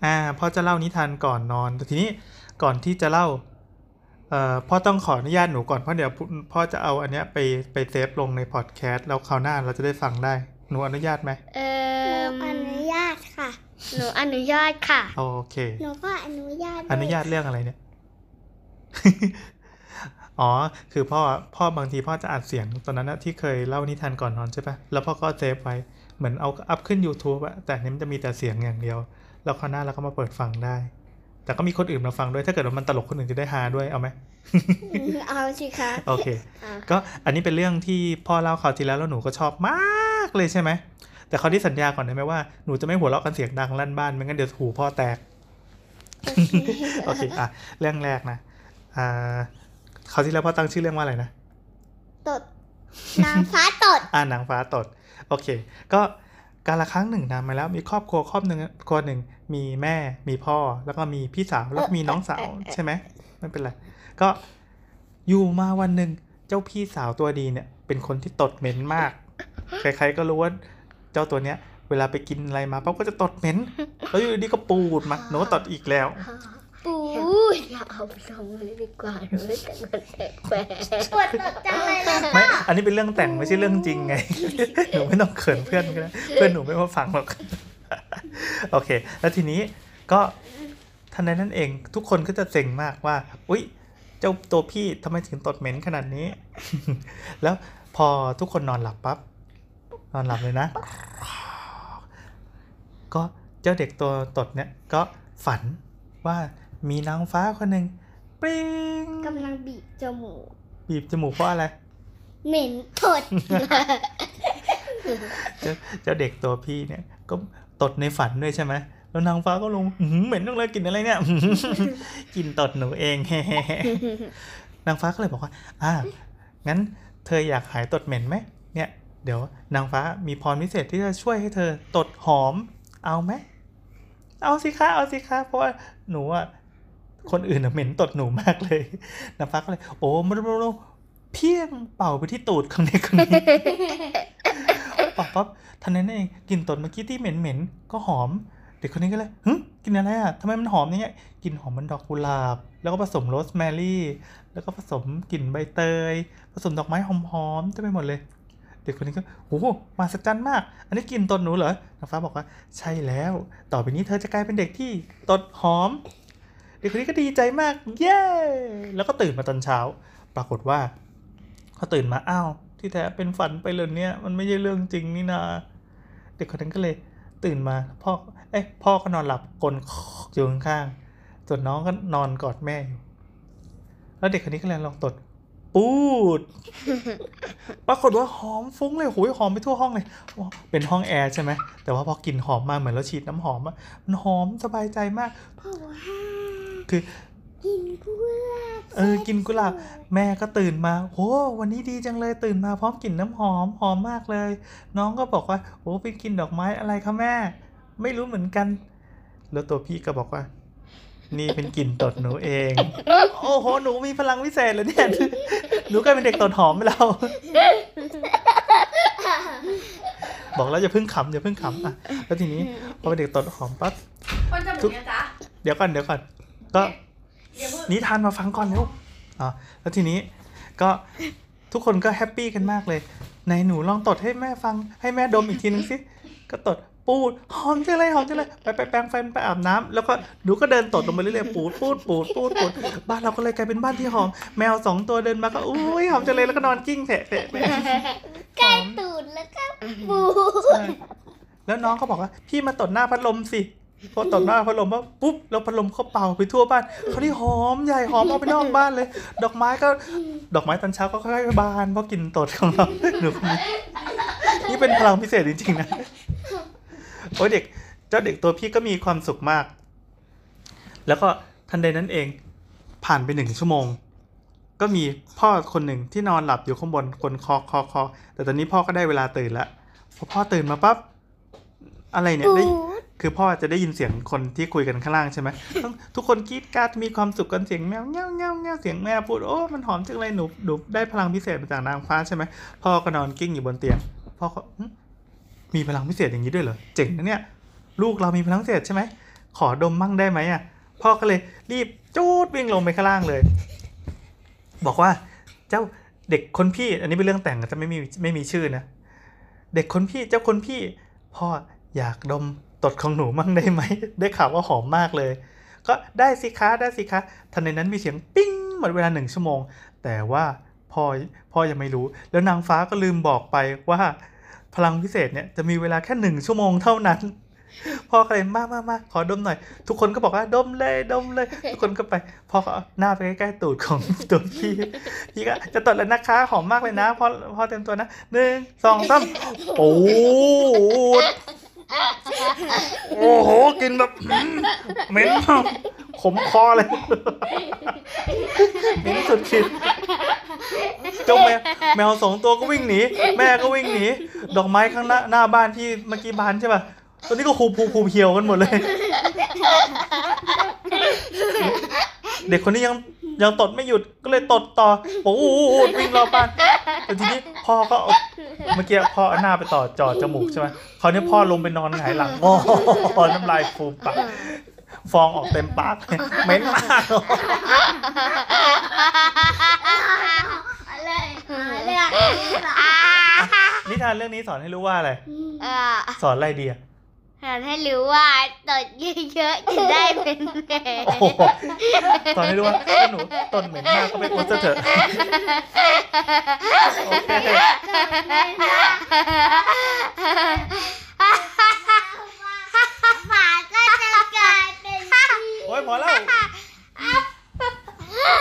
พ่อจะเล่านิทานก่อนนอนแต่ทีนี้ก่อนที่จะเล่าพ่อต้องขออนุญาตหนูก่อนเพราะเดี๋ยวพ่อจะเอาอันเนี้ยไปเซฟลงในพอดแคสต์แล้วคราวหน้าเราจะได้ฟังได้หนูอนุญาตไหมอนุญาตค่ะหนูอนุญาตค่ะโอเคหนูก็อนุญาตเรื่องอะไรเนี่ย อ๋อคือพ่อบางทีพ่อจะอัดเสียงตอนนั้นนะที่เคยเล่านิทานก่อนนอนใช่ปะแล้วพ่อก็เซฟไว้เหมือนเอาอัพขึ้น YouTube อะแต่นี้มันจะมีแต่เสียงอย่างเดียวแล้วคราวหน้าเราก็มาเปิดฟังได้แต่ก็มีคนอื่นมาฟังด้วยถ้าเกิดว่ามันตลกคนอื่นจะได้ฮาด้วยเอาไหมเอาสิคะโอเคก็อันนี้เป็นเรื่องที่พ่อเล่าคราวที่แล้วหนูก็ชอบมากเลยใช่ไหมแต่คราวที่สัญญาก่อนได้ไหมว่าหนูจะไม่หัวเราะกันเสียงดังลั่นบ้านไม่งั้นเดี๋ยวหูพ่อแตก โอเคเรื่องแรกนะคราวที่แล้วพ่อตั้งชื่อเรื่องว่าอะไรนะตดนางฟ้าตดนางฟ้าตดโอเคก็กาลครั้งหนึ่งนานมาแล้วมีครอบครัวหนึ่งมีแม่มีพ่อแล้วก็มีพี่สาวแล้วก็มีน้องสาวใช่ไหมไม่เป็นไรก็อยู่มาวันหนึ่งเจ้าพี่สาวตัวดีเนี่ยเป็นคนที่ตดเหม็นมากใครๆก็รู้ว่าเจ้าตัวเนี้ยเวลาไปกินอะไรมาปั๊บก็จะตดเหม็นแล้วอยู่ดีก็ปูดมาหนูก็ตดอีกแล้วปูดเราเอาไปทำเลยดีกว่าหนูไม่แต่งมันแปลกปวดตดจังเลยไม่อันนี้เป็นเรื่องแต่งไม่ใช่เรื่องจริงไง หนูไม่ต้องเขินเพื่อนก็ได้เพื่อนหนูไม่มาฟังหรอก โอเคแล้วทีนี้ก็ทันใดนั้นเองทุกคนก็จะเซ็งมากว่าอุ๊ยเจ้าตัวพี่ทำไมถึงตดเหม็นขนาดนี้ แล้วพอทุกคนนอนหลับปั๊บนอนหลับเลยนะ ก็เจ้าเด็กตัวตดเนี่ยก็ฝันว่ามีนางฟ้าคนหนึ่งปริ้งกำลังบีบจมูกเพราะอะไรเหม็นตดเจ้าเด็กตัวพี่เนี่ยก็ตดในฝันด้วยใช่ไหมแล้วนางฟ้าก็ลงเหม็นจังเลยกลิ่นอะไรเนี่ยกลิ่นตดหนูเอง นางฟ้าก็เลยบอกว่างั้นเธออยากหายตดเหม็นไหมเนี่ยเดี๋ยวนางฟ้ามีพรพิเศษที่จะช่วยให้เธอตดหอมเอาไหมเอาสิคะเพราะว่าหนูอ่ะคนอื่นเหม็นตดหนูมากเลยนางฟ้าก็เลยโอ้มาดูเพี้ยงเป่าไปที่ตูดของเด็กคนนี้ ปั๊บทันนั้นเองกลิ่นตดเมื่อกี้ที่เหม็นก็หอมเด็กคนนี้ก็เลยกินอะไรอ่ะทำไมมันหอมอย่างเงี้ยกลิ่นหอมมันดอกกุหลาบแล้วก็ผสมโรสแมรี่แล้วก็ผสมกลิ่นใบเตยผสมดอกไม้หอมๆเต็มไปหมดเลยเด็กคนนี้ก็โอ้โหมหัศจรรย์มากอันนี้กลิ่นตดหนูเหรอนางฟ้าบอกว่าใช่แล้วต่อไปนี้เธอจะกลายเป็นเด็กที่ตดหอมเด็กคนนี้ก็ดีใจมากเย้แล้วก็ตื่นมาตอนเช้าปรากฏว่าเขาตื่นมาอ้าวที่แท้เป็นฝันไปเลยเนี่ยมันไม่ใช่เรื่องจริงนี่นาเด็กคนนั้นก็เลยตื่นมาพ่อก็นอนหลับกลนอยู่ข้างๆส่วนน้องก็นอนกอดแม่อยู่แล้วเด็กคนนี้ก็เลยลองตดปูดปรากฏว่าหอมฟุ้งเลยโหยหอมไปทั่วห้องเลยเป็นห้องแอร์ใช่ไหมแต่ว่าพอกลิ่นหอมมาเหมือนเราฉีดน้ำหอมมันหอมสบายใจมากพ่อว่าคือกินกุหลาบกินกุหลาบแม่ก็ตื่นมาโหวันนี้ดีจังเลยตื่นมาพร้อมกลิ่นน้ำหอมมากเลยน้องก็บอกว่าโอ้ไปกินดอกไม้อะไรคะแม่ไม่รู้เหมือนกันแล้วตัวพี่ก็บอกว่านี่เป็นกลิ่นตดหนูเองโอ้โหหนูมีพลังวิเศษเลยเนี่ยหนูกลายเป็นเด็กตดหอมไปแล้วบอกแล้วอย่าเพิ่งขำอ่ะแล้วทีนี้พอเป็นเด็กตดหอมปั๊บเดี๋ยวก่อนก็นิทานมาฟังก่อนเร็วแล้วทีนี้ก็ทุกคนก็แฮปปี้กันมากเลยไหนหนูลองตดให้แม่ฟังให้แม่ดมอีกทีนึงสิก็ตดปูดหอมจังเลยไปแปรงฟันไปอาบน้ำแล้วก็หนูก็เดินตดลงไปเรื่อยๆปูดบ้านเราก็เลยกลายเป็นบ้านที่หอมแมว2ตัวเดินมาก็อุ้ยหอมจังเลยแล้วก็นอนกิ้งแผะใกล้ตูดแล้วก็ปูดแล้วน้องก็บอกว่าพี่มาตดหน้าพัดลมสิพอตดหน้าพัดลมปุ๊บแล้วพัดลมเขาเป่าไปทั่วบ้านเขาที่หอมใหญ่หอมออกไปนอกบ้านเลยดอกไม้ตอนเช้าก็ค่อยๆบานเพราะกลิ่นตดของเราหนูนี่เป็นพลังพิเศษจริงๆนะโอ้ยเจ้าเด็กตัวพี่ก็มีความสุขมากแล้วก็ทันใดนั้นเองผ่านไป1 ชั่วโมงก็มีพ่อคนหนึ่งที่นอนหลับอยู่ข้างบนคนคอแต่ตอนนี้พ่อก็ได้เวลาตื่นแล้วพอพ่อตื่นมาปั๊บอะไรเนี่ยคือพ่อจะได้ยินเสียงคนที่คุยกันข้างล่างใช่ไหมทุกคนกรี๊ดกราดมีความสุขกันเสียงแมวเงี้ยวเสียงแม่พูดโอ้มันหอมจังเลยหนูได้พลังพิเศษมาจากนางฟ้าใช่ไหมพ่อก็นอนกิ้งอยู่บนเตียงพ่อก็มีพลังพิเศษอย่างนี้ด้วยเหรอเจ๋งนะเนี่ยลูกเรามีพลังพิเศษใช่ไหมขอดมมั่งได้ไหมอ่ะพ่อก็เลยรีบจูดวิ่งลงไปข้างล่างเลย บอกว่าเจ้าเด็กคนพี่อันนี้เป็นเรื่องแต่งจะไม่มีชื่อนะเด็กคนพี่เจ้าคนพี่พ่ออยากดมตดของหนูมั่งได้ไหม ได้ข่าวว่าหอมมากเลยก็ได้สิคะทันในนั้นมีเสียงปิ้งหมดเวลา1 ชั่วโมงแต่ว่าพ่อยังไม่รู้แล้วนางฟ้าก็ลืมบอกไปว่าพลังพิเศษเนี่ยจะมีเวลาแค่1 ชั่วโมงเท่านั้นพ่อก็เลยมาขอดมหน่อยทุกคนก็บอกว่าดมเลยทุกคนก็ไปพ่อก็หน้าไปใกล้ๆตูดของตัวพี่ก็จะตดแล้วนะคะหอมมากเลยนะพ่อเต็มตัวนะ1 2 3ปูดโอ้โหกินแบบเหม็นขมคอเลยเหม็นสุดขีดเจ้าแมว2 ตัวก็วิ่งหนีแม่ก็วิ่งหนีดอกไม้ข้างหน้าบ้านที่เมื่อกี้บานใช่ป่ะตอนนี้ก็คูเหี่ยวกันหมดเลยเด็กคนนี้ยังตดไม่หยุดก็เลยตดต่อปูดวิ่งรอบบ้านแต่ทีนี้พ่อก็เมื่อกี้พ่อเอาหน้าไปต่อจอดจมูกใช่ไหมคราวนี้พ่อลงไปนอนหงายหลังน้ำลายฟูมปากฟองออกเต็มปากเหม็นมากนิทานเรื่องนี้สอนให้รู้ว่าอะไรสอนอะไรดีอะสอนให้รู้ว่าตดเยอะๆจะได้เป็นแม่สอนให้รู้ว่าหนูตดเหม็นมากก็ไปอุดเถอะโอเคหมาก็จะกลายเป็นโอ้ยพอแล้ว